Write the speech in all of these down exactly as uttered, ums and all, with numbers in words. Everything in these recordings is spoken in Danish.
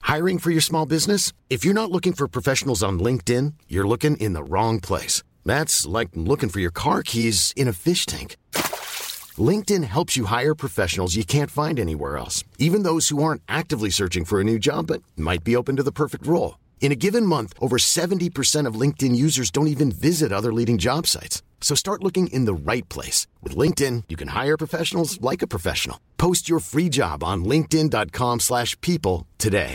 Hiring for your small business? If you're not looking for professionals on LinkedIn, you're looking in the wrong place. That's like looking for your car keys in a fish tank. LinkedIn helps you hire professionals you can't find anywhere else, even those who aren't actively searching for a new job but might be open to the perfect role. In a given month, over seventy percent of LinkedIn users don't even visit other leading job sites. So start looking in the right place. With LinkedIn, you can hire professionals like a professional. Post your free job on linkedin dot com slash people today.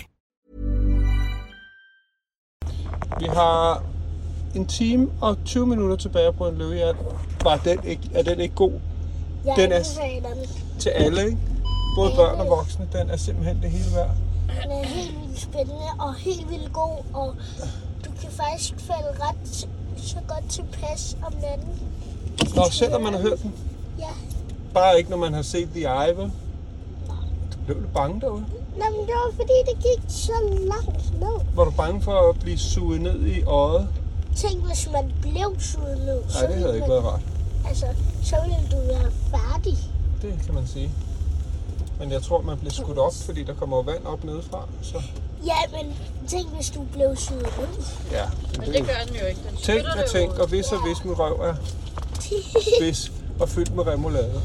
Vi har en time og tyve minutter tilbage på en løvehjert. Var den ikke, er den ikke god? Jeg den er den. Til alle, ikke? Både børn og voksne. Den er simpelthen det hele værd. Den er helt vildt spændende og helt vildt god, og du kan faktisk falde ret så godt tilpas om natten. Nå, selvom man har hørt den? Ja. Bare ikke, når man har set The Eye, vel? Du blev du bange derude? Nå, men det var fordi, det gik så langt ned. Var du bange for at blive suget ned i øjet? Tænk, hvis man blev suget ned. Nej, det havde ikke været rart. Altså, så ville du være færdig. Det kan man sige. Men jeg tror, man bliver skudt op, fordi der kommer vand op nedefra. Så. Ja, men tænk, hvis du blev suget ned. Ja. Men det gør den jo ikke. Den tænk og tænk, og hvis og hvis min røv er spids og fyldt med remoulade.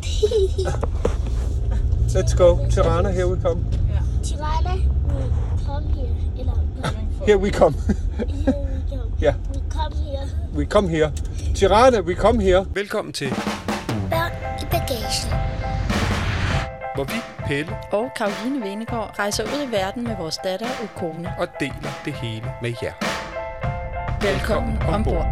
Let's go. Tirana, here we come. Ja. Tirana, we come here. Eller, here we come. Here we come. Ja. We come here. We come here. Tirana, we come here. Velkommen til Børn i bagagen. Hvor vi, Pelle og Caroline Venegård rejser ud i verden med vores datter og kone. Og deler det hele med jer. Velkommen, Velkommen ombord.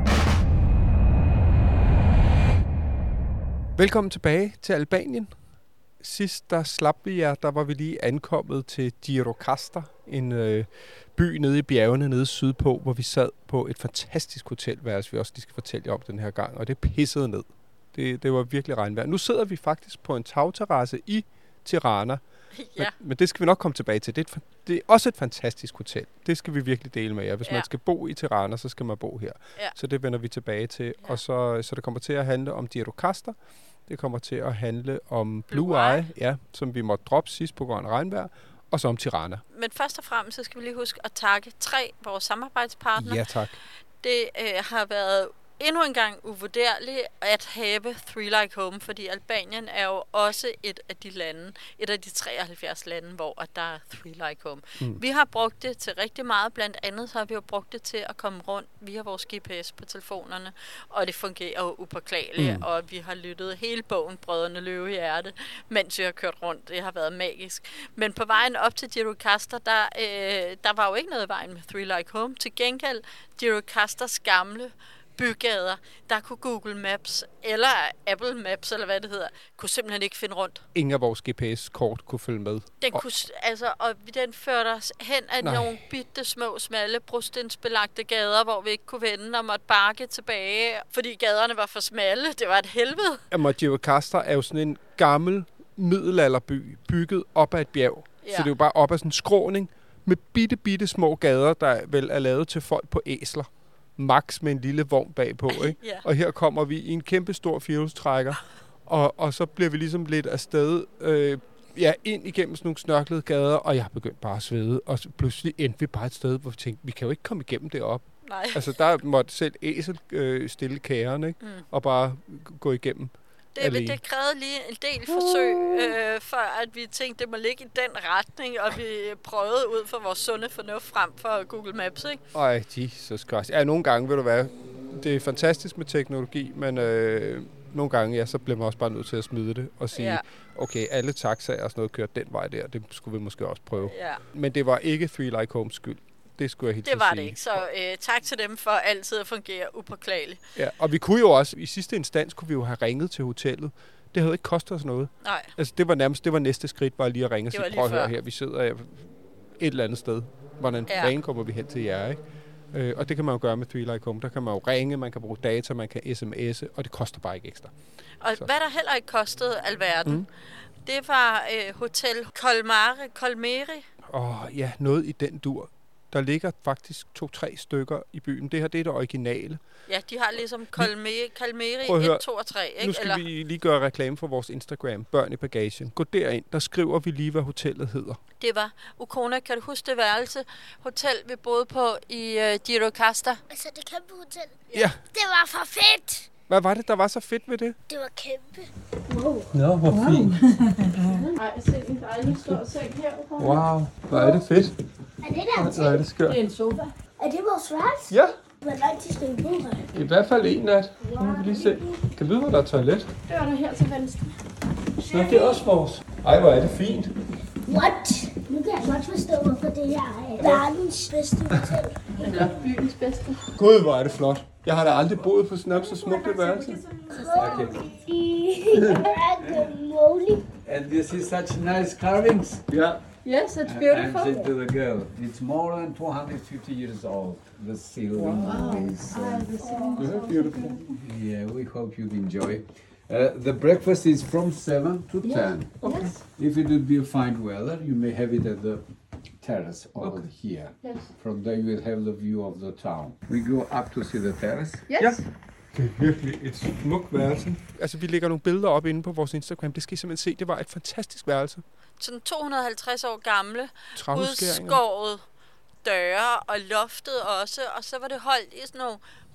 Velkommen tilbage til Albanien. Sidst der slap vi jer, der var vi lige ankommet til Gjirokastra, en øh, by nede i bjergene nede sydpå, hvor vi sad på et fantastisk hotelværelse, vi også lige skal fortælle jer om den her gang, og det pissede ned. Det, det var virkelig regnvejr. Nu sidder vi faktisk på en tagterrasse i Tirana, ja. men, men det skal vi nok komme tilbage til. Det er, et, det er også et fantastisk hotel. Det skal vi virkelig dele med jer. Hvis ja. man skal bo i Tirana, så skal man bo her. Ja. Så det vender vi tilbage til. Ja. Og så, så det kommer til at handle om Gjirokastra. Det kommer til at handle om Blue, Blue Eye, ja, som vi måtte droppe sidst på grund af regnvejr, og så om Tirana. Men først og fremmest så skal vi lige huske at takke tre vores samarbejdspartnere. Ja, tak. Det øh, har været endnu en gang uvurderligt at have Three Like Home, fordi Albanien er jo også et af de lande, et af de treoghalvfjerds lande, hvor at der er Three Like Home. Mm. Vi har brugt det til rigtig meget, blandt andet så har vi jo brugt det til at komme rundt via vores G P S på telefonerne, og det fungerer jo upåklageligt, mm. og vi har lyttet hele bogen Brødrene Løvehjerte, mens vi har kørt rundt. Det har været magisk. Men på vejen op til Gjirokastra, der, øh, der var jo ikke noget i vejen med Three Like Home. Til gengæld, Gjirokastras gamle bygader, der kunne Google Maps eller Apple Maps, eller hvad det hedder, kunne simpelthen ikke finde rundt. Ingen af vores G P S-kort kunne følge med. Den, kunne, altså, og den førte os hen af Nej. nogle bitte små, smalle, brostensbelagte gader, hvor vi ikke kunne vende og måtte bakke tilbage, fordi gaderne var for smalle. Det var et helvede. Jamen, Gjirokastra er jo sådan en gammel middelalderby, bygget op ad et bjerg. Ja. Så det er jo bare op ad sådan en skråning med bitte, bitte små gader, der vel er lavet til folk på æsler. Max med en lille vogn bagpå, ikke? Ja. Og her kommer vi i en kæmpe stor firehjulstrækker, og, og så bliver vi ligesom lidt afsted, øh, ja, ind igennem sådan nogle snørklede gader, og jeg har begyndt bare at svede, og så pludselig endte vi bare et sted, hvor vi tænkte, vi kan jo ikke komme igennem det op. Nej. Altså, der måtte selv æsel øh, stille kæren, ikke? Mm. Og bare gå igennem. Det, det krævede lige en del forsøg, øh, for at vi tænkte, det må ligge i den retning, og vi prøvede ud for vores sunde fornuft frem for Google Maps, ikke? Ej, Jesus Christ. Ja, nogle gange vil du være, det er fantastisk med teknologi, men øh, nogle gange, ja, så bliver man også bare nødt til at smide det og sige, ja. okay, alle taxaer og sådan noget kører den vej der, det skulle vi måske også prøve. Ja. Men det var ikke Three Like Homes skyld. Det skulle jeg helt Det var sige. det ikke, så øh, tak til dem for altid at fungere upåklageligt. Ja, og vi kunne jo også, i sidste instans kunne vi jo have ringet til hotellet. Det havde ikke kostet os noget. Nej. Altså det var nærmest, det var næste skridt, bare lige at ringe og sige, prøv at høre før. her, vi sidder et eller andet sted. Hvordan ja. ringe kommer vi hen til jer, ikke? Øh, og det kan man jo gøre med Three Like Home. Der kan man jo ringe, man kan bruge data, man kan sms'e, og det koster bare ikke ekstra. Og så. Hvad der heller ikke kostede alverden, mm. det var øh, Hotel Colmare, Colmeri. Åh, oh, ja, noget i den dur. Der ligger faktisk to-tre stykker i byen. Det her, det er det originale. Ja, de har ligesom Kalmeri, Kalmeri et, to og tre, ikke? Nu skal Eller? vi lige gøre reklame for vores Instagram, Børn i Bagagen. Gå derind, der skriver vi lige, hvad hotellet hedder. Det var Ukona, kan du huske det værelse? Hotel, vi boede på i uh, Gjirokasta. Altså det kæmpe hotel. Ja. Det var for fedt. Hvad var det, der var så fedt ved det? Det var kæmpe. Wow. Nå, hvor wow. Fint. Ej, se en dejlig stor seng her. Wow, hvor er det fedt. Er det der Hvor er det skørt. Det er en sofa. Er det vores værelse? Ja. Hvor lang tid skal vi bo her? I hvert fald en nat. Nu må vi lige se. Kan vi vide, hvor der er toilet? Døren er her til venstre. Nå, det er også vores. Ej, hvor er det fint. What? Nu kan jeg godt forstå, hvorfor det her er verdens bedste hotel. Eller byens bedste. Gud, hvor er det flot. Jeg har da aldrig boet på sådan så smukt et værelse. Okay. And this is such nice carvings. Ja. Yes, it's And beautiful. say to the girl, it's more than two hundred fifty years old. The ceiling Wow. is. Uh, Ah, the ceiling is Yeah, so beautiful. yeah, we hope you enjoy. Uh, the breakfast is from seven to Yes. ten. Okay. Yes, If it would be fine weather, you may have it at the terrace over Okay. here. yes. From there, you will have the view of the town. We go up to see the terrace. Yes. Ja. Det er virkelig et smukt værelse. Altså, vi lægger nogle billeder op inde på vores Instagram. Det skal I simpelthen se. Det var et fantastisk værelse. Sådan to hundrede og halvtreds år gamle, Træudskæringer. udskåret døre og loftet også. Og så var det holdt i sådan nogle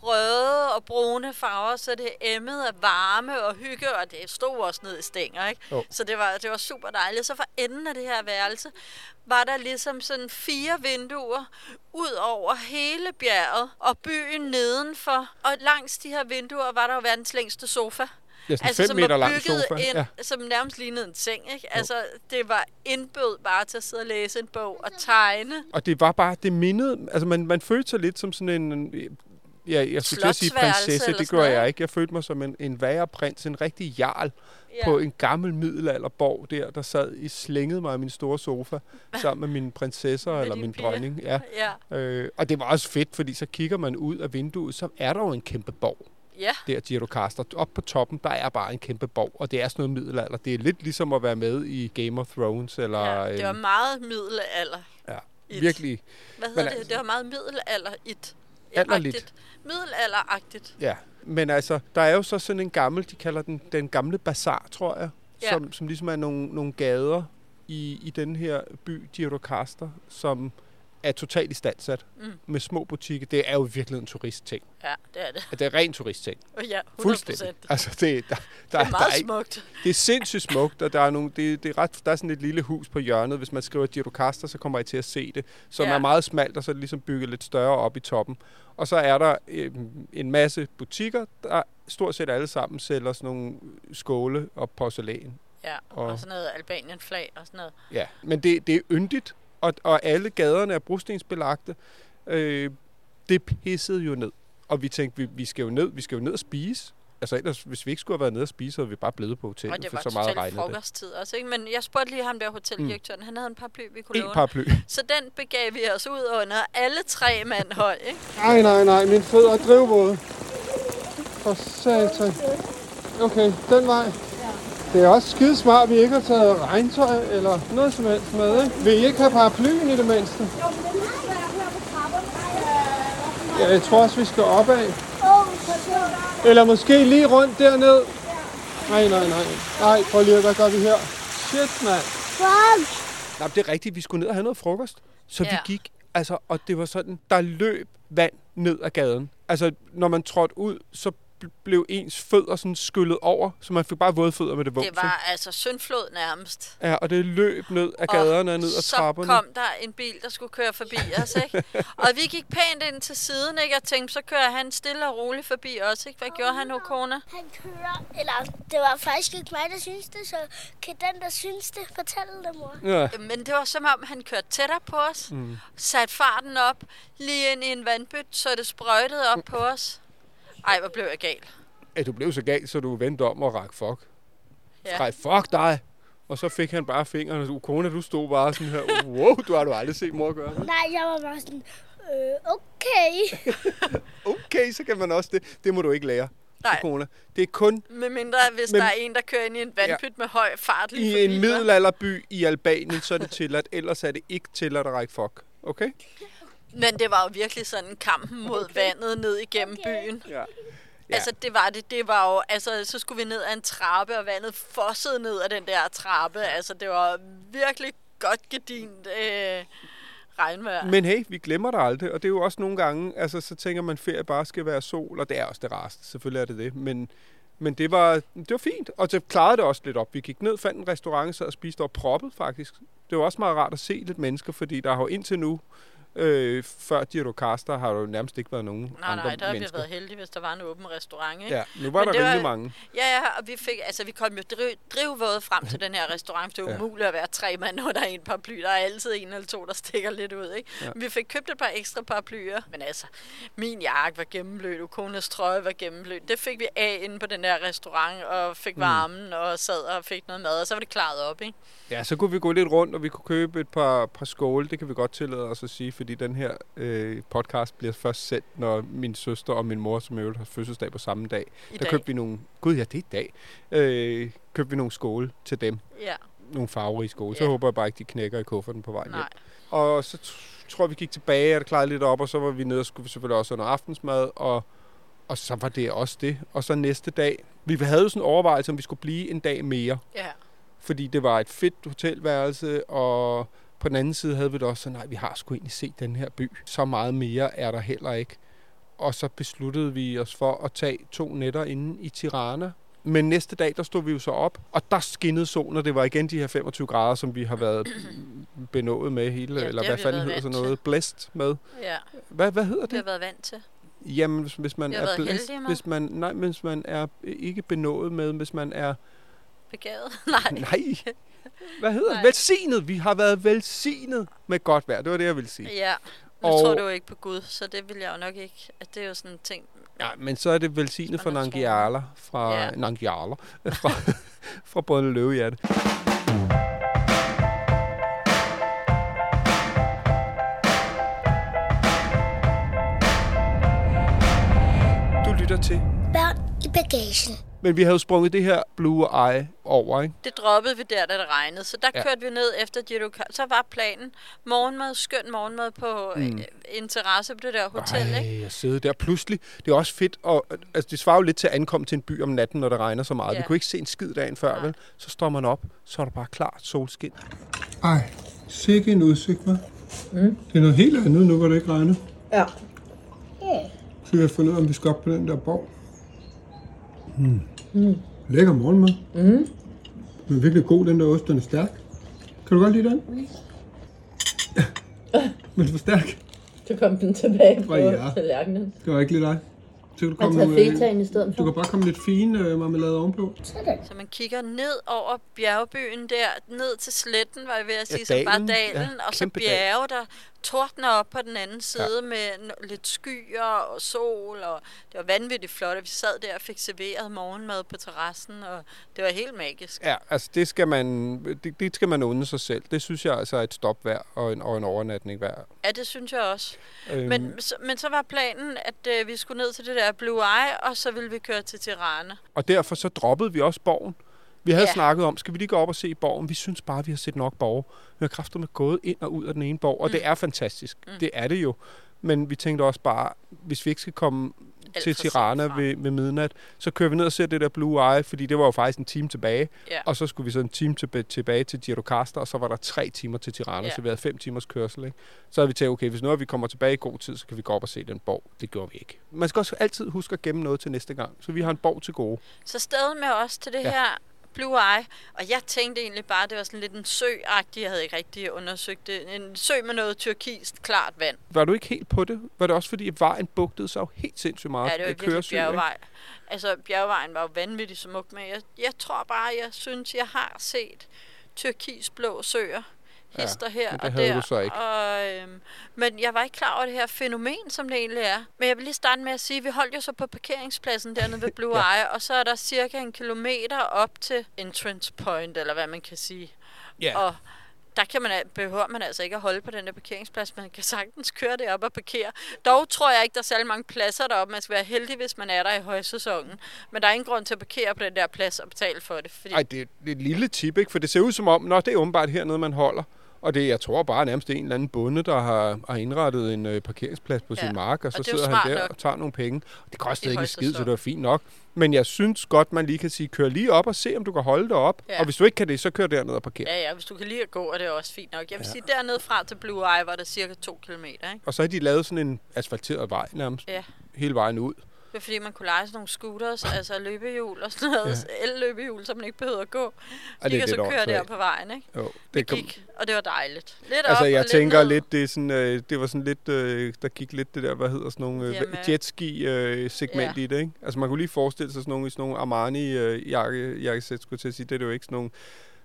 røde og brune farver, så det emmede af varme og hygge, og det stod også ned i stænger, ikke? Jo. Så det var, det var super dejligt. Så for enden af det her værelse var der ligesom sådan fire vinduer ud over hele bjerget og byen nedenfor. Og langs de her vinduer var der jo verdens længste sofa. Ja, sådan Altså, fem som meter var lang bygget sofa. ind, Ja. som nærmest lignede en seng, ikke? Altså, det var indbød bare til at sidde og læse en bog og tegne. Og det var bare, det mindede, altså man, man følte sig lidt som sådan en, ja, jeg skulle til at sige Slotsværelse prinsesse, eller det sådan gjorde jeg noget. ikke. Jeg følte mig som en, en værre prins, en rigtig jarl Ja. på en gammel middelalderborg der, der sad i slængede mig i min store sofa, sammen med mine prinsesser Med eller dine min piger. dronning. Ja. Ja, Øh, og det var også fedt, fordi så kigger man ud af vinduet, så er der jo en kæmpe borg. ja. Der Gjirokasta. Op på toppen, der er bare en kæmpe borg, og det er sådan noget middelalder. Det er lidt ligesom at være med i Game of Thrones, eller... ja. Det var øhm, meget middelalder. ja, et. virkelig. Hvad hedder Men det? altså- Det var meget middelalder-igt. Alderligt. Agtigt. Middelalderagtigt. Ja, men altså, der er jo så sådan en gammel, de kalder den den gamle bazar, tror jeg, Ja. som, som ligesom er nogle, nogle gader i, i den her by, Gjirokasta, som er totalt istandsat Mm. med små butikker. Det er jo virkelig en turistting. Ja, det er det. Det er ren turistting. Og ja, hundrede Fuldstændig. procent. Altså, det, der, der, Det er der meget er ikke, smukt. det er sindssygt smukt, og der er, nogle, det, det er, ret, der er sådan et lille hus på hjørnet. Hvis man skriver Gjirokasta, så kommer I til at se det. Som Ja. er meget smalt, og så er det ligesom bygget lidt større op i toppen. Og så er der øh, en masse butikker, der stort set alle sammen sælger sådan nogle skåle og porcelæn. Ja, Og- og sådan noget Albanien-flag og sådan noget. Ja, men det, det er yndigt, og, og alle gaderne er brostensbelagte. Øh, det pissede jo ned. Og vi tænkte, vi, vi skal jo ned, vi skal jo ned og spise. Altså ellers, hvis vi ikke skulle have været nede og spise, så havde vi bare blevet på Og hotellet, det for var så meget totalt regnede det. frokosttid også, ikke? Men jeg spurgte lige ham der hoteldirektøren, mm. han havde en paraply, vi kunne En låne. paraply. Så den begav vi os ud under alle tre mand hold, ikke? Nej, nej, nej, mine fødder er drivvåde. For satan. Okay, den vej. Det er også skide smart, at vi ikke har taget regntøj eller noget som helst med, ikke? Vil I ikke have paraplyen i det mindste? Ja, jeg tror også, vi skal opad. Eller måske lige rundt derned. Nej, nej, nej. Nej, prøv lige, hvad gør vi her? Shit, mand. Fuck! Nej, det er rigtigt, vi skulle ned og have noget frokost. Så Ja. vi gik, altså, og det var sådan, der løb vand ned ad gaden. Altså, når man trådte ud, så bl- blev ens fødder sådan skyllet over, så man fik bare våde fødder med det våd. Det var altså syndflod nærmest. Ja, og det løb ned ad gaderne og ned ad så trapperne. kom der en bil, der skulle køre forbi os, ikke? Og vi gik pænt ind til siden, ikke? Og tænkte, så kører han stille og roligt forbi os, ikke? Hvad gjorde han, Okona? Han kører, eller det var faktisk ikke mig, der synes det, så kan den, der synes det, fortælle det, mor. Ja. Men det var som om, han kørte tættere på os, mm. satte farten op, lige ind i en vandbyt, så det sprøjtede op mm. på os. Ej, hvor blev jeg gal. Ja, du blev så galt, så du vendte om og rak fuck. Ja. Skreg, fuck dig! Og så fik han bare fingeren, og Kona, du stod bare sådan her, wow, du har du aldrig set mor gøre. Nej, jeg var bare sådan, øh, okay. Okay, så kan man også det. Det må du ikke lære, Nej. Kona. Det er kun Med mindre, hvis Men- der er en, der kører ind i en vandpyt ja. med høj fart lige i forbi. en hva'? middelalderby i Albanien, så er det tilladt. Ellers er det ikke tilladt at række fuck. Okay? Men det var jo virkelig sådan kampen mod okay. vandet ned igennem okay. byen. Ja. Ja. Altså, det var det. Det var jo, altså, så skulle vi ned ad en trappe, og vandet fossede ned ad den der trappe. Altså, det var virkelig godt gedint øh, regnvejr. Men hey, vi glemmer det aldrig, og det er jo også nogle gange, altså, så tænker man, ferie bare skal være sol, og det er også det rareste. Selvfølgelig er det det, men, men det, var, det var fint, og det klarede det også lidt op. Vi gik ned, fandt en restaurant, sad og spiste og proppet faktisk. Det var også meget rart at se lidt mennesker, fordi der har jo indtil nu, Øh, før Gjirokastër har jo nærmest ikke været nogen nej, andre nej, der har vi været heldige, hvis der var en åben restaurant, ikke? Ja, nu var Men der rimelig var, mange. Ja, ja, og vi fik, altså vi kom jo driv, drivvåde frem til den her restaurant. Det er jo ja. umuligt at være tre mand under en paraply. Der er altid en eller to, der stikker lidt ud, ikke? Ja. Vi fik købt et par ekstra paraplyer, men altså, min jakke var gennemblødt, Ukonas trøje var gennemblødt. Det fik vi af inde på den der restaurant, og fik varmen, mm. og sad og fik noget mad, og så var det klaret op, ikke? Ja, så kunne vi gå lidt rundt, og vi kunne købe et par, par skåle. Det kan vi godt tillade os at sige, fordi den her øh, podcast bliver først sendt, når min søster og min mor, som øvrigt har fødselsdag på samme dag. I der dag. købte vi nogle... Gud, ja, det er i dag. Øh, købte vi nogle skåle til dem. Ja. Nogle farverige skåle. Så ja. håber jeg bare ikke, de knækker i kufferten på vejen Nej. hjem. Og så t- tror jeg, vi gik tilbage, og det klarede lidt op, og så var vi nede og skulle selvfølgelig også under aftensmad, og, og så var det også det. Og så næste dag... Vi havde jo sådan en overvejelse, om vi skulle blive en dag mere. Ja. Fordi det var et fedt hotelværelse, og på den anden side havde vi det også så, nej, vi har sgu egentlig set den her by. Så meget mere er der heller ikke. Og så besluttede vi os for at tage to nætter inde i Tirana. Men næste dag, der stod vi jo så op, og der skinnede solen, og det var igen de her femogtyve grader, som vi har været benået med hele, ja, eller hvad fanden hedder sådan noget, blæst med. Ja. Hvad, hvad hedder det? Det har været vant til. Jamen, hvis, hvis man er blæst, heldige, hvis man, nej, hvis man er ikke benået med, hvis man er begavet? Nej. Nej. Hvad hedder det? Velsignet. Vi har været velsignet med godt vejr. Det var det, jeg ville sige. Ja. Nu og tror du jo ikke på Gud, så det vil jeg jo nok ikke. At det er jo sådan en ting. Ja, men så er det velsignet fra Nangijala. Fra ja. Nangijala. fra, fra Brødrene Løvehjerte. Du lytter til Børn i bagagen. Men vi havde sprunget det her Blue Eye over, ikke? Det droppede vi der, da det regnede. Så der ja. kørte vi ned efter Gjirokastër. Så var planen morgenmad, skøn morgenmad på mm. en terrasse på det der hotel, Ej, ikke? jeg sidder der pludselig. Det er også fedt. Og, altså, det svarer jo lidt til at ankomme til en by om natten, når det regner så meget. Ja. Vi kunne ikke se en skid dagen før, vel? Så står man op, så er der bare klart solskin. Ej, sikke en udsigt, hva'? Mm. Det er noget helt andet nu, hvor det ikke regner. Ja. Ja. Så vi har fundet ud af, om vi skal op på den der borg. Mm. Mm. Lækker morgenmad. Mm. Den er virkelig god, den der ost, den er stærk. Kan du godt lide den? Mm. Ja. Men det var stærk. Så kom den tilbage på ja. tallerkenen. Det var ikke lige dig. Så kan du komme med fetaen i stedet for. Du kan bare komme lidt fine øh, marmelade ovenpå. Så man kigger ned over bjergbyen der, ned til sletten, var jeg ved at sige, ja, som bare dalen, ja, og så bjerge, der tordner op på den anden side ja. med lidt skyer og sol, og det var vanvittigt flot, at vi sad der og fik serveret morgenmad på terrassen, og det var helt magisk. Ja, altså det skal man, det, det skal man unde sig selv. Det synes jeg altså er et stop værd og en, og en overnatning værd. Ja, det synes jeg også. Øhm. Men, så, men så var planen, at øh, vi skulle ned til det der Blue Eye, og så ville vi køre til Tirana. Og derfor så droppede vi også borgen. Vi havde ja. snakket om, skal vi lige gå op og se borgen? Vi synes bare, vi har set nok borge. Vi har kraftedeme gået ind og ud af den ene borg, og mm. det er fantastisk. Mm. Det er det jo. Men vi tænkte også bare, hvis vi ikke skal komme Alt til Tirana ved, ved midnat, så kører vi ned og ser det der Blue Eye, fordi det var jo faktisk en time tilbage. Ja. Og så skulle vi så en time tilbage, tilbage til Gjirokastër, og så var der tre timer til Tirana, ja. så vi havde fem timers kørsel. Ikke? Så havde vi tænkt, okay, hvis nu er vi kommer tilbage i god tid, så kan vi gå op og se den borg. Det gjorde vi ikke. Man skal også altid huske at gemme noget til næste gang, så vi har en borg til gode. Så stedet med os til det ja. her Blue Eye, og jeg tænkte egentlig bare, det var sådan lidt en sø-agtig, jeg havde ikke rigtig undersøgt det. En sø med noget tyrkist, klart vand. Var du ikke helt på det? Var det også fordi, at vejen bugtede sig jo helt sindssygt meget? Ja, det var virkelig bjergvej. Altså, bjergvejen var jo vanvittigt smuk, men jeg, jeg tror bare, jeg synes, jeg har set tyrkisblå søer. Hister ja, her og der. Du så ikke. Og, øhm, men jeg var ikke klar over det her fænomen, som det egentlig er. Men jeg vil lige starte med at sige, at vi holdt jo så på parkeringspladsen dernede ved Blue ja. Eye, og så er der cirka en kilometer op til entrance point, eller hvad man kan sige. Ja. Og der kan man, behøver man altså ikke at holde på den der parkeringsplads. Man kan sagtens køre det op og parkere. Dog tror jeg ikke, der er særlig mange pladser deroppe. Man skal være heldig, hvis man er der i højsæsonen. Men der er ingen grund til at parkere på den der plads og betale for det. Fordi Ej, det er et lille tip, ikke? For det ser ud som om, når det er åbenbart hernede, man holder. Og det, jeg tror bare nærmest, det er en eller anden bonde, der har, har indrettet en øh, parkeringsplads på ja. sin mark, og, og så sidder han der nok. og tager nogle penge. Det koster ikke skid, så det var fint nok. Men jeg synes godt, man lige kan sige, kør lige op og se, om du kan holde dig op. Ja. Og hvis du ikke kan det, så kør derned og parker. Ja, ja, hvis du kan lige at gå, er det også fint nok. Jeg vil ja. sige, dernede fra til Blue Eye var der cirka to kilometer, ikke? Og så har de lavet sådan en asfalteret vej nærmest, ja. hele vejen ud. Det er fordi, man kunne lege sådan nogle scooters, altså løbehjul og sådan noget, ja. el-løbehjul, så man ikke behøver at gå. Så de kan så køre der på vejen, ikke? Jo, det kom... gik, og det var dejligt. Lidt altså, op jeg og tænker lidt, lidt, det, er sådan, øh, det var sådan lidt, øh, der gik lidt det der, hvad hedder sådan nogle øh, jetski-segment øh, ja. i det, ikke? Altså, man kunne lige forestille sig sådan nogle, sådan nogle Armani-jakkesæt, øh, skulle jeg til at sige. Det er jo ikke sådan nogle...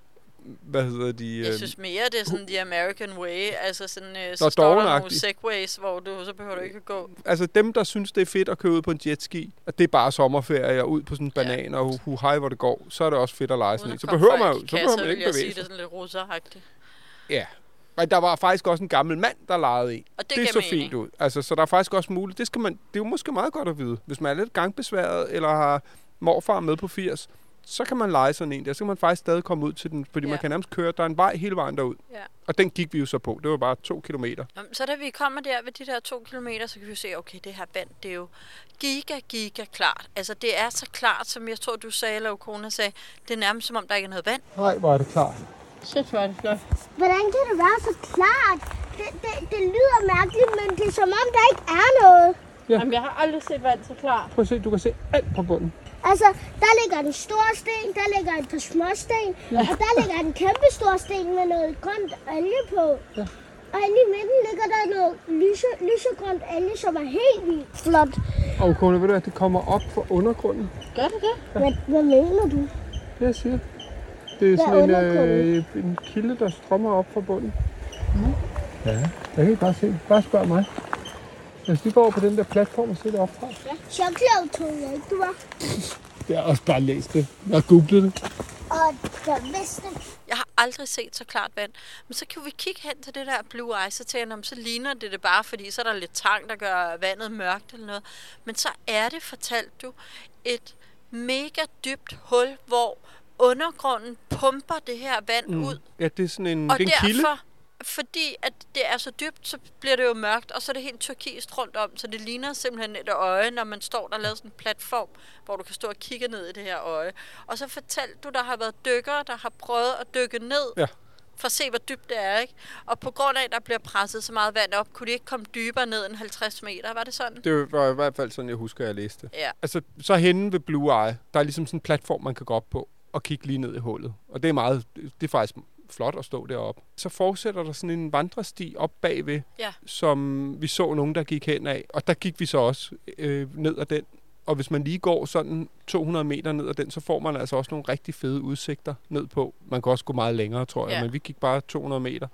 Hvad hedder de? Jeg synes mere, det er sådan the American way. Altså sådan, øh, så står der nogle segways, hvor du, så behøver du ikke at gå. Altså dem, der synes, det er fedt at køre ud på en jetski, at det er bare sommerferie og ud på sådan en banan ja. og hu hej, hvor det går, så er det også fedt at lege sådan en. Så behøver man jo så behøver man ikke bevæge sig. Det er sådan lidt russeragtigt. Ja. Men der var faktisk også en gammel mand, der legede i. Og det, det så mening. fint ud. Altså, så der er faktisk også muligt. Det, skal man, det er jo måske meget godt at vide. Hvis man er lidt gangbesværet, eller har morfar med på firs, så kan man lege sådan en der. Så kan man faktisk stadig komme ud til den, fordi ja. man kan nærmest køre. Der er en vej hele vejen derud. Ja. Og den gik vi jo så på. Det var bare to kilometer. Så da vi kommer der ved de der to kilometer, så kan vi jo se, okay, det her vand, det er jo giga, giga klart. Altså, det er så klart, som jeg tror, du sagde, eller Kona sagde, det er nærmest som om, der ikke er noget vand. Nej, hvor er det klart. Shit, hvor er det flot. Hvordan kan det være så klart? Det, det, det lyder mærkeligt, men det er som om, der ikke er noget. Ja. Jamen, jeg har aldrig set vand så klart. Prøv at se, du kan se alt på bunden. Altså, der ligger en stor sten, der ligger et par små sten, ja. og der ligger en kæmpe stor sten med noget grønt alge på. Ja. Og inde i midten ligger der noget lyse, lysegrønt alge, som er helt vildt flot. Og Kone, ved du at det kommer op fra undergrunden? Gør det det? Ja. Hvad, hvad mener du? Jeg siger. Det er sådan en, øh, en kilde, der strømmer op fra bunden. Mm. Ja, jeg kan bare se. Bare spørg mig. Hvis vi går over på den der platform og ser det opfra. Ja, så klart tror jeg ikke, du var. Jeg har også bare læst det. Jeg har googlet det. Og jeg vidste det. Jeg har aldrig set så klart vand. Men så kan vi kigge hen til det der Blue Eye, så tænker jeg, så ligner det det bare, fordi så er der lidt tang, der gør vandet mørkt eller noget. Men så er det, fortalt du, et mega dybt hul, hvor undergrunden pumper det her vand mm. ud. Ja, det er sådan en, og det er en kilde. derfor, fordi at det er så dybt, så bliver det jo mørkt, og så er det helt turkist rundt om, så det ligner simpelthen et øje, når man står der og laver sådan en platform, hvor du kan stå og kigge ned i det her øje. Og så fortalte du, der har været dykkere, der har prøvet at dykke ned, ja. for at se, hvor dybt det er, ikke? Og på grund af, at der bliver presset så meget vand op, kunne de ikke komme dybere ned end halvtreds meter, var det sådan? Det var i hvert fald sådan, jeg husker, jeg læste. Ja. Altså, så henne ved Blue Eye, der er ligesom sådan en platform, man kan gå op på og kigge lige ned i hullet. Og det er meget, det er faktisk flot at stå deroppe. Så fortsætter der sådan en vandresti op bagved, ja. som vi så nogen, der gik hen af. Og der gik vi så også øh, ned ad den. Og hvis man lige går sådan to hundrede meter ned ad den, så får man altså også nogle rigtig fede udsigter ned på. Man kan også gå meget længere, tror jeg, ja. men vi gik bare to hundrede meter.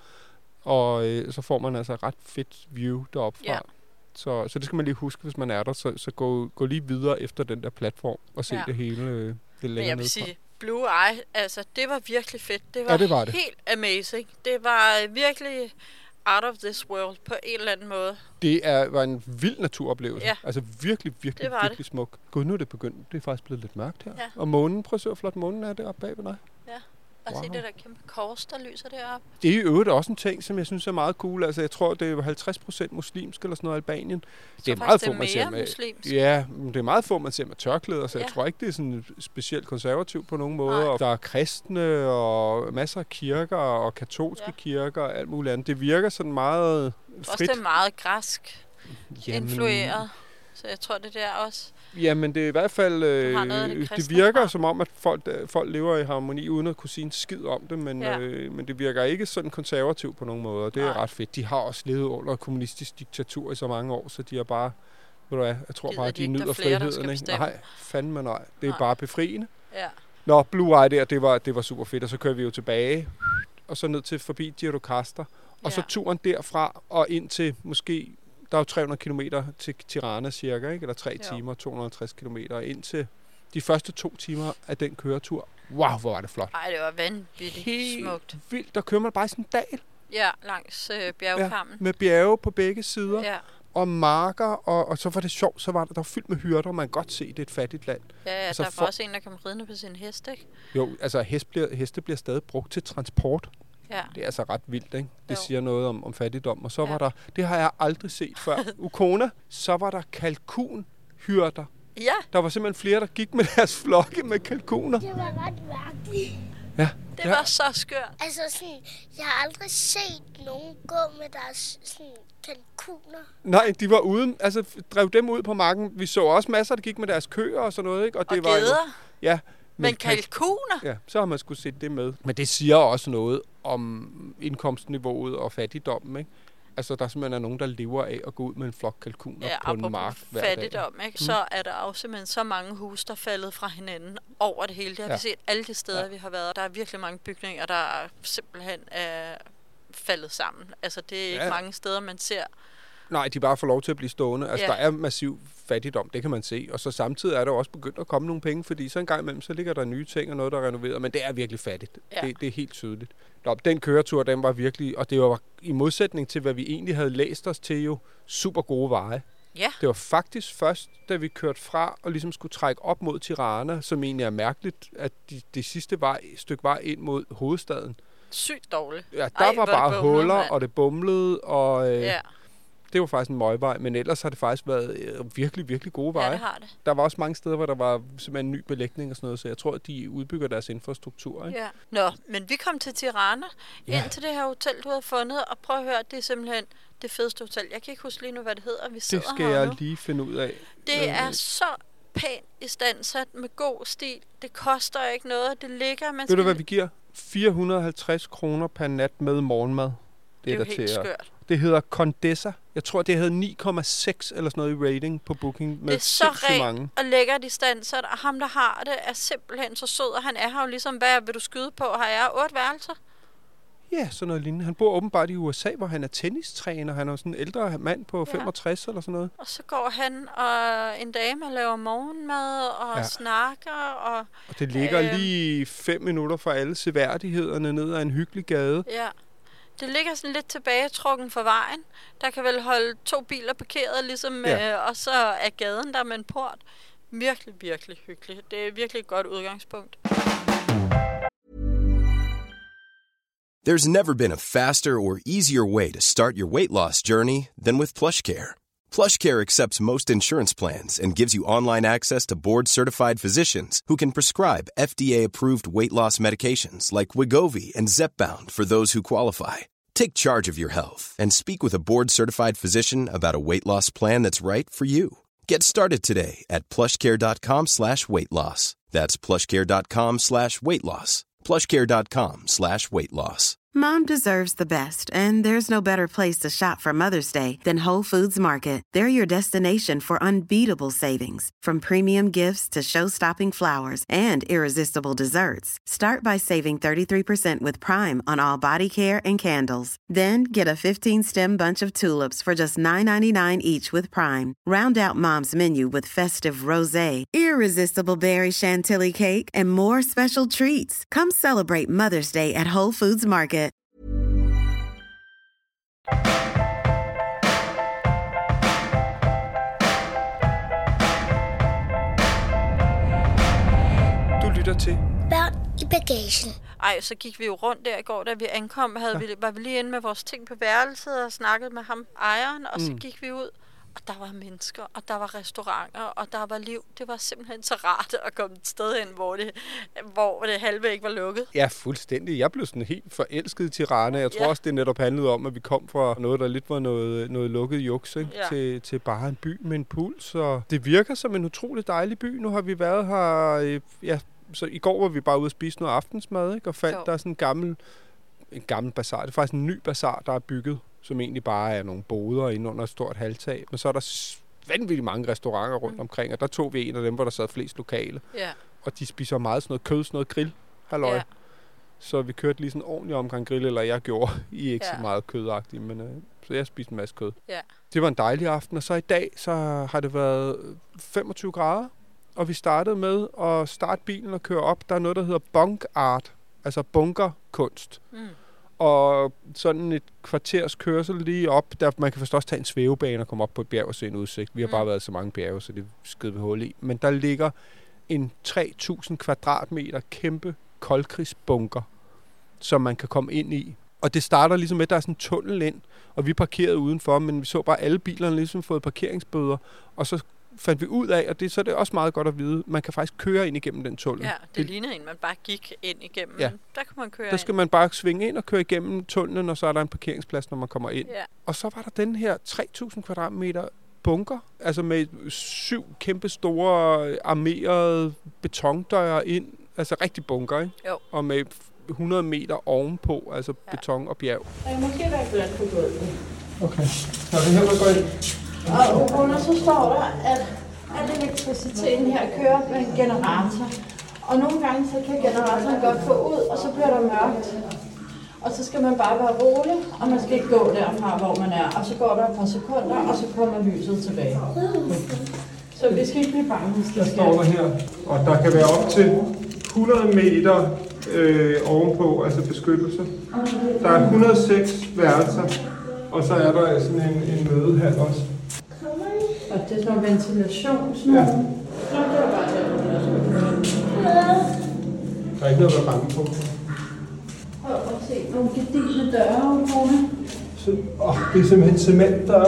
Og øh, så får man altså ret fedt view deroppe fra. Ja. Så, så det skal man lige huske, hvis man er der. Så, så gå, gå lige videre efter den der platform og se ja. det hele øh, det længere jeg vil sige, Blue Eye, altså det var virkelig fedt. Det var, ja, det var det. helt amazing. Det var virkelig out of this world på en eller anden måde. Det er, var en vild naturoplevelse. Ja. Altså virkelig, virkelig, virkelig det. smuk. Gud, nu er det begyndt. Det er faktisk blevet lidt mørkt her. Ja. Og månen, prøv at se, hvor flot månen er deroppe bag ved dig. Ja. Og wow. se det der kæmpe kors, der lyser deroppe. Det er i øvrigt også en ting, som jeg synes er meget cool. Altså, jeg tror, det er halvtreds procent muslimsk eller sådan noget Albanien. Det er meget få, man ser med. Muslimsk. Ja, det er meget få, man ser med tørklæder, så ja. jeg tror ikke, det er sådan specielt konservativt på nogen måde. Og der er kristne og masser af kirker og katolske ja. kirker og alt muligt andet. Det virker sådan meget frit. Også det er meget græsk Jamen. influeret. Så jeg tror, det der også. Jamen, det er i hvert fald, øh, det, det virker fra. som om, at folk, folk lever i harmoni, uden at kunne sige en skid om det, men, ja. øh, men det virker ikke sådan konservativt på nogen måde, og det Nej. er ret fedt. De har også levet under kommunistisk diktatur i så mange år, så de er bare, ved du hvad, jeg tror Gider bare, at de, de nyder flere, friheden. Ikke? Nej, fandme nej. Det er nej. bare befriende. Ja. Nå, Blue Eye der, det var, det var super fedt, og så kører vi jo tilbage, og så ned til forbi Gjirokastër, og ja. så turen derfra og ind til måske... Der er jo tre hundrede kilometer til Tirana cirka, ikke? Eller tre jo. timer, to hundrede og halvtreds kilometer. Indtil de første to timer af den køretur. Wow, hvor var det flot. Ej, det var vanvittigt Helt smukt. vildt. Der kører man bare i sådan en dal. Ja, langs øh, bjergkammen. Ja, med bjerge på begge sider. Ja. Og marker, og, og så var det sjovt, så var der, der var fyldt med hyrder, man kan godt se, det er et fattigt land. Ja, ja altså, der var for... også en, der kom ridende på sin hest, ikke? Jo, altså hest bliver, heste bliver stadig brugt til transport. Ja. Det er altså ret vildt, ikke? Det Jo. siger noget om, om fattigdom. Og så Ja. var der, det har jeg aldrig set før, Ukona, så var der kalkunhyrder. Ja, Der var simpelthen flere, der gik med deres flokke med kalkuner. Det var ret mærkeligt. Ja, det var så skørt. Altså sådan, jeg har aldrig set nogen gå med deres sådan, kalkuner. Nej, de var uden, altså drev dem ud på marken. Vi så også masser, der gik med deres køer og sådan noget, ikke? Og det var jo, geder. ja, Men kalkuner? Ja, så har man skulle sætte det med. Men det siger også noget om indkomstniveauet og fattigdommen, ikke? Altså, der simpelthen er nogen, der lever af at gå ud med en flok kalkuner Ja, på en mark hver dag. fattigdom, ikke? Så er der også simpelthen så mange huse, der er faldet fra hinanden over det hele. Det har Ja. vi set alle de steder, Ja. vi har været. Der er virkelig mange bygninger, der er simpelthen er faldet sammen. Altså, det er ikke Ja. mange steder, man ser. Nej, de bare får lov til at blive stående. Altså, Ja. der er massiv fattigdom, det kan man se. Og så samtidig er der også begyndt at komme nogle penge, fordi så en gang imellem, så ligger der nye ting og noget, der er renoveret. Men det er virkelig fattigt. Ja. Det, det er helt tydeligt. Nå, den køretur, den var virkelig, og det var i modsætning til, hvad vi egentlig havde læst os til, jo super gode veje. Ja, Det var faktisk først, da vi kørte fra og ligesom skulle trække op mod Tirana, som egentlig er mærkeligt, at de, det sidste vej, stykke vej ind mod hovedstaden, sygt dårligt. ja, der Ej, var hvor det bare bumlede, huller, mand. og det bumlede, og øh, Ja, det var faktisk en møgvej, men ellers har det faktisk været øh, virkelig, virkelig gode ja, veje. det har det. Der var også mange steder, hvor der var simpelthen ny belægning og sådan noget, så jeg tror, at de udbygger deres infrastruktur. Ikke? Ja. Nå, men vi kom til Tirana, Ja. ind til det her hotel, du havde fundet, og prøv at høre, det er simpelthen det fedeste hotel. Jeg kan ikke huske lige nu, hvad det hedder. Vi Det sidder skal her jeg nu. lige finde ud af. Det Øh, er så pænt istandsat med god stil. Det koster ikke noget. Det ligger, man Ved skal... du, hvad vi giver? fire hundrede og halvtreds kroner per nat med morgenmad. Det er jo der helt til at- skørt. Det hedder Condesa. Jeg tror, det havde ni komma seks eller sådan noget i rating på Booking. Med Det er så sindssygt rent mange. og lækkert istandsat, og ham, der har det, er simpelthen så sød, og han er her jo ligesom, hvad vil du skyde på? Har jeg otte værelser? Ja, sådan noget lignende. Han bor åbenbart i U S A, hvor han er tennistræner. Han er sådan en ældre mand på Ja. femogtres eller sådan noget. Og så går han og en dame og laver morgenmad og Ja. ja. snakker, og Og det ligger Øhm. lige fem minutter fra alle seværdighederne ned ad en hyggelig gade. ja. Det ligger sådan lidt tilbagetrukken for vejen. Der kan vel holde to biler parkeret, ligesom, Ja. øh, og så er gaden der med en port. Virkelig, virkelig hyggeligt. Det er virkelig et godt udgangspunkt. There's never been a faster or easier way to start your weight loss journey than with PlushCare. PlushCare accepts most insurance plans and gives you online access to board-certified physicians who can prescribe F D A-approved weight loss medications like Wegovy and Zepbound for those who qualify. Take charge of your health and speak with a board-certified physician about a weight loss plan that's right for you. Get started today at plushcare.com slash weight loss. That's plushcare.com slash weight loss. plushcare.com slash weight loss. Mom deserves the best, and there's no better place to shop for Mother's Day than Whole Foods Market. They're your destination for unbeatable savings, from premium gifts to show-stopping flowers and irresistible desserts. Start by saving thirty-three percent with Prime on all body care and candles. Then get a fifteen-stem bunch of tulips for just nine ninety-nine each with Prime. Round out Mom's menu with festive rosé, irresistible berry chantilly cake, and more special treats. Come celebrate Mother's Day at Whole Foods Market. Du lytter til. Børn i bagagen. Ej, så gik vi jo rundt der i går, da vi ankom, havde ja. vi, var vi lige inde med vores ting på værelset og snakkede med ham, ejeren, og mm. så gik vi ud, og der var mennesker, og der var restauranter, og der var liv. Det var simpelthen så rart at komme et sted hen, hvor det, hvor det halve ikke var lukket. Ja, fuldstændig. Jeg blev sådan helt forelsket i Tirana. Jeg tror Ja. også, det netop handlede om, at vi kom fra noget, der lidt var noget, noget lukket juks, ikke? Ja. Til, til bare en by med en puls. Og det virker som en utrolig dejlig by. Nu har vi været her... øh, Ja, så i går var vi bare ude at spise noget aftensmad, ikke? Og fandt, Jo. der er sådan en gammel, en gammel bazar. Det er faktisk en ny bazar, der er bygget, som egentlig bare er nogle boder inde under et stort halvtag. Men så er der s- vanvittigt mange restauranter rundt Mm. omkring, og der tog vi en af dem, hvor der sad flest lokale. Ja. Og de spiser meget sådan noget kød, sådan noget grill. Halløj. Ja. Så vi kørte lige sådan en ordentlig omgang grill, eller jeg gjorde. I er ikke Ja. så meget kødagtigt, men øh, så jeg spiste en masse kød. Ja. Det var en dejlig aften, og så i dag, så har det været femogtyve grader, og vi startede med at starte bilen og køre op. Der er noget, der hedder bunk art, altså bunkerkunst. Mm. Og sådan et kvarters kørsel lige op, der man kan først også tage en svævebane og komme op på et bjerg og se en udsigt. Vi har Mm. bare været så mange bjerge, så det skød vi hul i. Men der ligger en tre tusind kvadratmeter kæmpe koldkrigsbunker, som man kan komme ind i. Og det starter ligesom med, at der er sådan en tunnel ind, og vi parkerede udenfor, men vi så bare alle bilerne ligesom fået parkeringsbøder, og så fandt vi ud af, og det, så er det også meget godt at vide, man kan faktisk køre ind igennem den tunnel. Ja, det, det ligner en, man bare gik ind igennem. Ja. Der kan man køre Der skal ind. Man bare svinge ind og køre igennem tunnelen, og så er der en parkeringsplads, når man kommer ind. Ja. Og så var der den her tre tusind kvadratmeter bunker, altså med syv kæmpe store armerede betondøre ind, altså rigtig bunker, ikke? Jo. Og med hundrede meter ovenpå, altså ja. Beton og bjerg. Jeg måske være glad på gulvet. Okay. Så det her, der går ind. Og under så står der, at, at elektriciteten her kører med en generator. Og nogle gange så kan generatoren godt gå ud, og så bliver der mørkt. Og så skal man bare være rolig, og man skal ikke gå derfra, hvor man er. Og så går der et par sekunder, og så kommer lyset tilbage. Så vi skal ikke blive bange, hvis det der står der her, og der kan være op til hundrede meter øh, ovenpå, altså beskyttelse. Der er et hundrede og seks værelser, og så er der sådan en, en mødehal også. Og det er sådan en ventilation, sådan ja. Nå, det er bare det, der er ikke noget at være bange på. Prøv at se nogle gedigne døre, Kone. Åh, det er simpelthen cementdøre.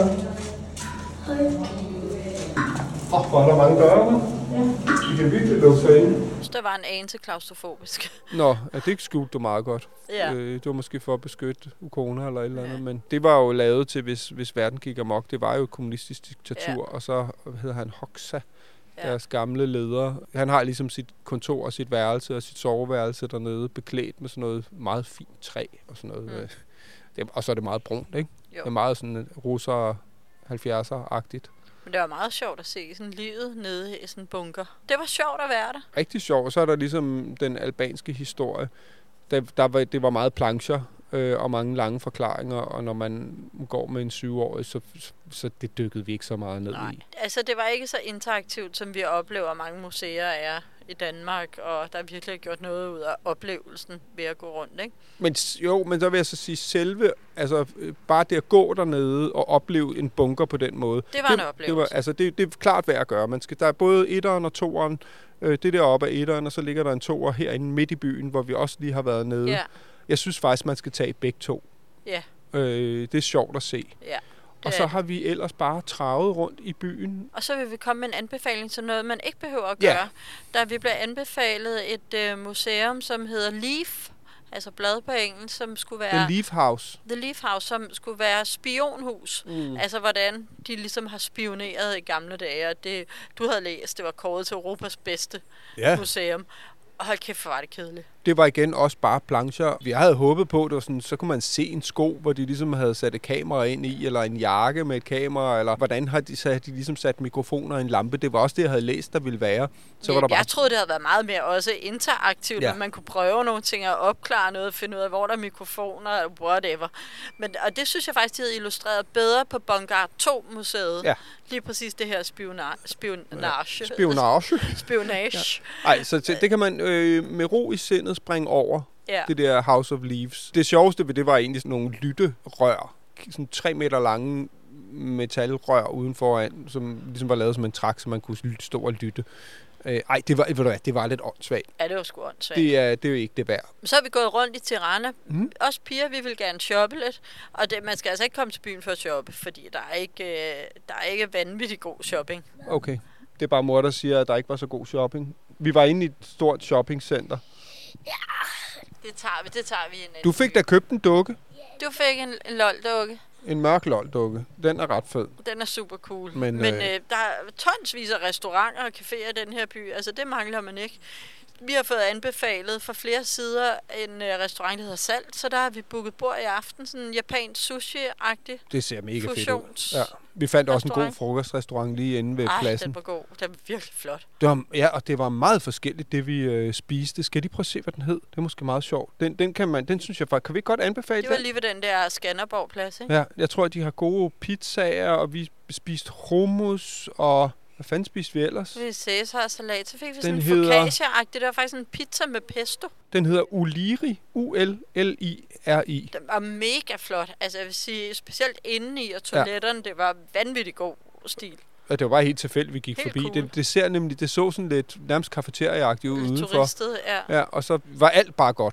Åh, oh, hvor er der mange døre, hva'? Ja. Vi kan virkelig lukke sig ind. Så der var en anelse klaustrofobisk. Nå, ja, det skjulte du meget godt. Ja. Øh, det var måske for at beskytte Ukona eller et eller andet, ja. Men det var jo lavet til, hvis, hvis verden gik amok. Det var jo et kommunistisk diktatur, ja. Og så hedder han Hoxha, ja. Deres gamle leder. Han har ligesom sit kontor og sit værelse og sit soveværelse dernede, beklædt med sådan noget meget fint træ og sådan noget. Mm. Det, og så er det meget brunt, ikke? Jo. Det er meget sådan russer halvfjerdser-agtigt. Men det var meget sjovt at se sådan livet nede i sådan en bunker. Det var sjovt at være der. Rigtig sjovt. Og så er der ligesom den albanske historie. Der, der var, det var meget plancher øh, og mange lange forklaringer. Og når man går med en syvårig, så, så det dykkede vi ikke så meget ned Nej. i. Altså det var ikke så interaktivt, som vi oplever mange museer er i Danmark. Og der er virkelig gjort noget ud af oplevelsen ved at gå rundt, ikke? Men jo, men så vil jeg så sige selve, altså bare det at gå dernede og opleve en bunker på den måde. Det var det, en oplevelse. Det, var, altså, det, det er klart værd at gøre. Man skal, der er både etteren og toeren. Øh, det der oppe af etteren, og så ligger der en toer herinde midt i byen, hvor vi også lige har været nede. Ja. Jeg synes faktisk, man skal tage begge to. Ja. Øh, det er sjovt at se. Ja. Og så har vi ellers bare travet rundt i byen. Og så vil vi komme med en anbefaling til noget, man ikke behøver at gøre. Ja. Der vi bliver anbefalet et øh, museum, som hedder Leaf, altså blad på engelsk, som skulle være... The Leaf House. The Leaf House, som skulle være spionhus. Mm. Altså, hvordan de ligesom har spioneret i gamle dage. Og det, du havde læst, det var kåret til Europas bedste ja. museum. Og hold kæft, hvor var det kedeligt. Det var igen også bare plancher. Vi havde håbet på, det var sådan, så kunne man se en sko, hvor de ligesom havde sat et kamera ind i, eller en jakke med et kamera, eller hvordan har de, så havde de ligesom sat mikrofoner i en lampe. Det var også det, jeg havde læst, der ville være. Så ja, var der bare... Jeg troede, det havde været meget mere også interaktivt, ja. At man kunne prøve nogle ting og opklare noget, finde ud af, hvor der er mikrofoner, whatever. Men, og det synes jeg faktisk, de havde illustreret bedre på Bongard to-museet. Ja. Lige præcis det her spiona- spionage. Ja. Spionage. Spionage. Ja. Ej, så t- det kan man øh, med ro i sindet springe over, ja. Det der House of Leaves. Det sjoveste ved det var egentlig sådan nogle lytterør, sådan tre meter lange metalrør udenforan, som ligesom var lavet som en trakt, så man kunne stå og lytte. Øh, ej, det var, ved du hvad, det var lidt åndssvagt. Ja, det var sgu åndssvagt. Det er, det er jo ikke det værd. Så har vi gået rundt i Tirana. Mm. Os piger, vi vil gerne shoppe lidt. Og det, man skal altså ikke komme til byen for at shoppe, fordi der er ikke, øh, der er ikke vanvittig god shopping. Okay. Det er bare mor, der siger, at der ikke var så god shopping. Vi var inde i et stort shoppingcenter. Ja, det tager vi, det tager vi en Du fik da købt en dukke. Du fik en, en lol-dukke. En mørk lol-dukke. Den er ret fed. Den er super cool. Men, Men øh, øh, der er tonsvis af restauranter og caféer i den her by. Altså, det mangler man ikke. Vi har fået anbefalet fra flere sider en øh, restaurant, der hedder Salt, så der har vi booket bord i aften. Sådan en japansk sushi-agtig. Det ser mega fusions- fedt ud. Ja. Vi fandt også en god frokostrestaurant lige inde ved Ej, pladsen. den var god. Den var virkelig flot. Det var, ja, og det var meget forskelligt, det vi øh, spiste. Skal de prøve at se, hvad den hed? Det er måske meget sjovt. Den, den, kan man, den synes jeg faktisk, kan vi godt anbefale Det var den? lige ved den der Skanderborg-plads, ikke? Ja, jeg tror, at de har gode pizzaer, og vi spiste hummus, og hvad fanden spiste vi ellers? Vi Cæsar-salat, så fik vi Den sådan en hedder- focaccia-agtig. Det var faktisk en pizza med pesto. Den hedder Uliri, U L L I R I. Den var mega flot. Altså, jeg vil sige, specielt indeni og toiletterne, ja. Det var vanvittig god stil. Og det var bare helt tilfældigt, vi gik Helt forbi. cool. Det, det ser nemlig, det så sådan lidt nærmest kafeterieagtigt ud udenfor. Turistet, ja. Ja, og så var alt bare godt.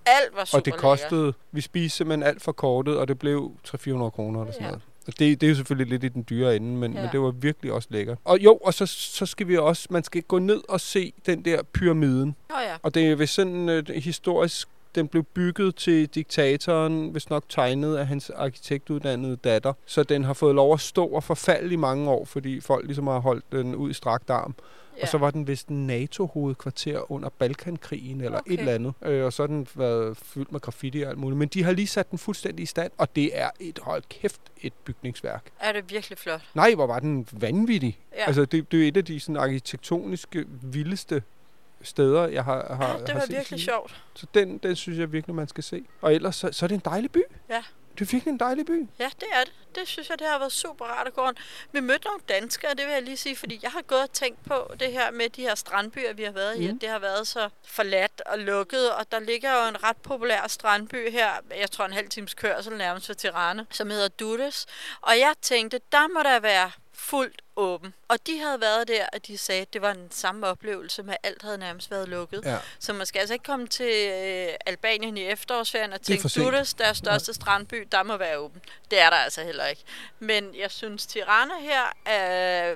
alt var super Og det kostede, lækker. Vi spiste simpelthen alt for kortet, og det blev tre hundrede til fire hundrede kroner eller sådan ja. noget. Og det, det er jo selvfølgelig lidt i den dyre ende, men, ja. men det var virkelig også lækkert. Og jo, og så, så skal vi også, man skal gå ned og se den der pyramiden. Oh, ja. Og det er ved sådan uh, historisk, den blev bygget til diktatoren, hvis nok tegnet af hans arkitektuddannede datter. Så den har fået lov at stå og forfalde i mange år, fordi folk ligesom har holdt den ud i strakt arm. Ja. Og så var den vist en NATO-hovedkvarter under Balkankrigen eller okay. et eller andet. Øh, og så har den været fyldt med graffiti og alt muligt. Men de har lige sat den fuldstændig i stand, og det er et, hold kæft, et bygningsværk. Er det virkelig flot? Nej, hvor var den vanvittig. Ja. Altså, det, det er et af de sådan, arkitektoniske, vildeste steder, jeg har, har, ja, det har var set. virkelig sjovt. Så den, den synes jeg virkelig, man skal se. Og ellers, så, så er det en dejlig by. Ja. Det er virkelig en dejlig by. Ja, det er det. Det synes jeg, det har været super rart at gå rundt. Vi mødte nogle danskere, det vil jeg lige sige, fordi jeg har gået og tænkt på det her med de her strandbyer, vi har været mm. i. At det har været så forladt og lukket, og der ligger jo en ret populær strandby her, jeg tror en halv times kørsel nærmest ved Tirana, som hedder Durrës. Og jeg tænkte, der må der være fuldt åben. Og de havde været der, og de sagde, at det var den samme oplevelse med, at alt havde nærmest været lukket. Ja. Så man skal altså ikke komme til øh, Albanien i efterårsferien og tænke, Durrës, deres største ja. strandby, der må være åben. Det er der altså heller ikke. Men jeg synes, Tirana her er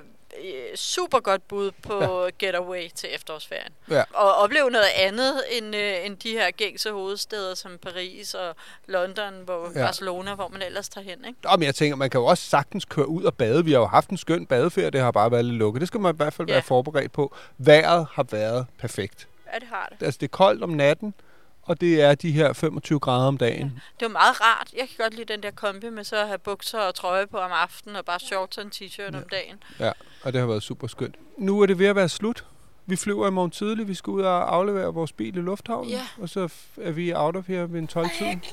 super godt bud på ja. getaway til efterårsferien. Ja. Og opleve noget andet end, øh, end de her gængse hovedsteder som Paris og London, hvor ja. Barcelona, hvor man ellers tager hen, ikke? Nå, men jeg tænker, man kan jo også sagtens køre ud og bade. Vi har jo haft en skøn badeferie, det har bare været lidt lukket. Det skal man i hvert fald ja. være forberedt på. Vejret har været perfekt. Ja, det har det. Altså, det er koldt om natten, og det er de her femogtyve grader om dagen. Ja. Det var meget rart. Jeg kan godt lide den der kombi med så at have bukser og trøje på om aftenen, og bare shorts og en t-shirt ja. om dagen. Ja, og det har været super skønt. Nu er det ved at være slut. Vi flyver i morgen tidlig. Vi skal ud og aflevere vores bil i lufthavnen. Ja. Og så er vi out of her ved en tolv-tiden.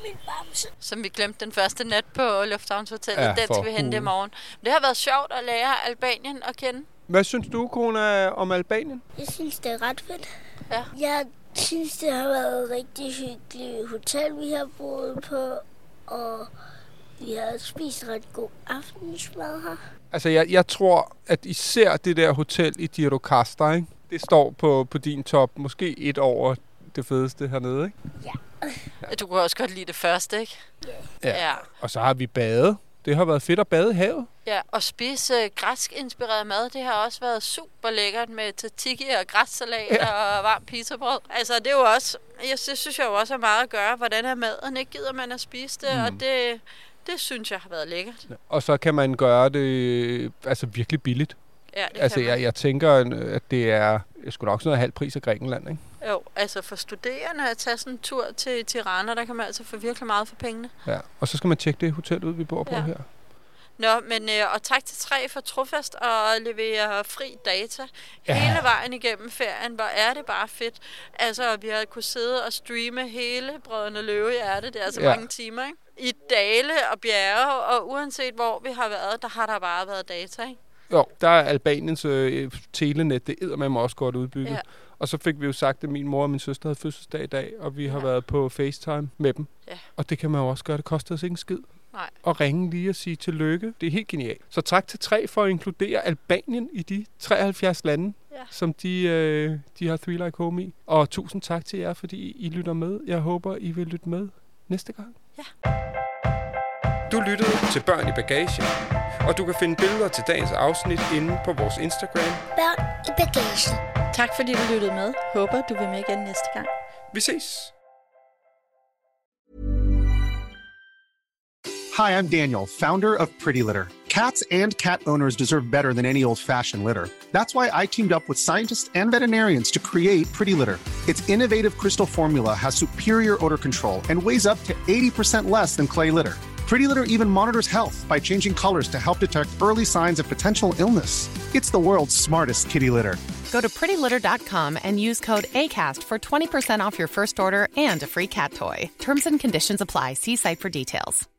Som vi glemte den første nat på lufthavnshotellet. Ja, den skal vi hente i morgen. Det har været sjovt at lære Albanien at kende. Hvad synes du, Kona, om Albanien? Jeg synes, det er ret fedt. Ja. Jeg synes, det har været et rigtig hyggeligt hotel, vi har boet på. Og vi har spist ret god aftensmad her. Altså, jeg, jeg tror, at især det der hotel i Gjirokastër, ikke? Det står på, på din top, måske et over det fedeste hernede, ikke? Ja. Du kunne også godt lide det første, ikke? Ja. ja. Og så har vi badet. Det har været fedt at bade i havet. Ja, og spise uh, græsk-inspireret mad, det har også været super lækkert med tzatziki og græssalat ja. og varmt pizzabrød. Altså, det er jo også, jeg synes, synes jeg jo også er meget at gøre, hvordan er maden, ikke gider man at spise det, mm. og det, det synes jeg har været lækkert. Ja. Og så kan man gøre det altså virkelig billigt. Ja, det altså, jeg, jeg tænker, at det er jeg skulle nok sådan noget halv pris af Grækenland, ikke? Jo, altså for studerende at tage sådan en tur til Tirana, der kan man altså få virkelig meget for pengene. Ja, og så skal man tjekke det hotel ud, vi bor på ja. her. Nå, men øh, og tak til Tre for trofast at levere fri data ja. hele vejen igennem ferien. Hvor er det bare fedt. Altså, vi har kunnet sidde og streame hele Brødrene Løvehjerte. Det er altså ja. mange timer, ikke? I dale og bjerge, og uanset hvor vi har været, der har der bare været data, ikke? Jo, der er Albaniens øh, telenet, det æder man også godt udbygget. Ja. Og så fik vi jo sagt, at min mor og min søster havde fødselsdag i dag, og vi har ja. været på FaceTime med dem. Ja. Og det kan man jo også gøre, det koster os ikke en skid. Nej. Og ringe lige og sige tillykke. Det er helt genialt. Så tak til Tre for at inkludere Albanien i de treoghalvfjerds lande, ja. som de, øh, de har Three Like Home i. Og tusind tak til jer, fordi I lytter med. Jeg håber, I vil lytte med næste gang. Ja. Du lyttede til Børn i Bagagen, og du kan finde billeder til dagens afsnit inde på vores Instagram. Børn i Bagagen. Tak fordi du lyttede med. Håber, du vil med igen næste gang. Vi ses. Hi, I'm Daniel, founder of Pretty Litter. Cats and cat owners deserve better than any old-fashioned litter. That's why I teamed up with scientists and veterinarians to create Pretty Litter. Its innovative crystal formula has superior odor control and weighs up to eighty percent less than clay litter. Pretty Litter even monitors health by changing colors to help detect early signs of potential illness. It's the world's smartest kitty litter. Go to pretty litter dot com and use code ACAST for twenty percent off your first order and a free cat toy. Terms and conditions apply. See site for details.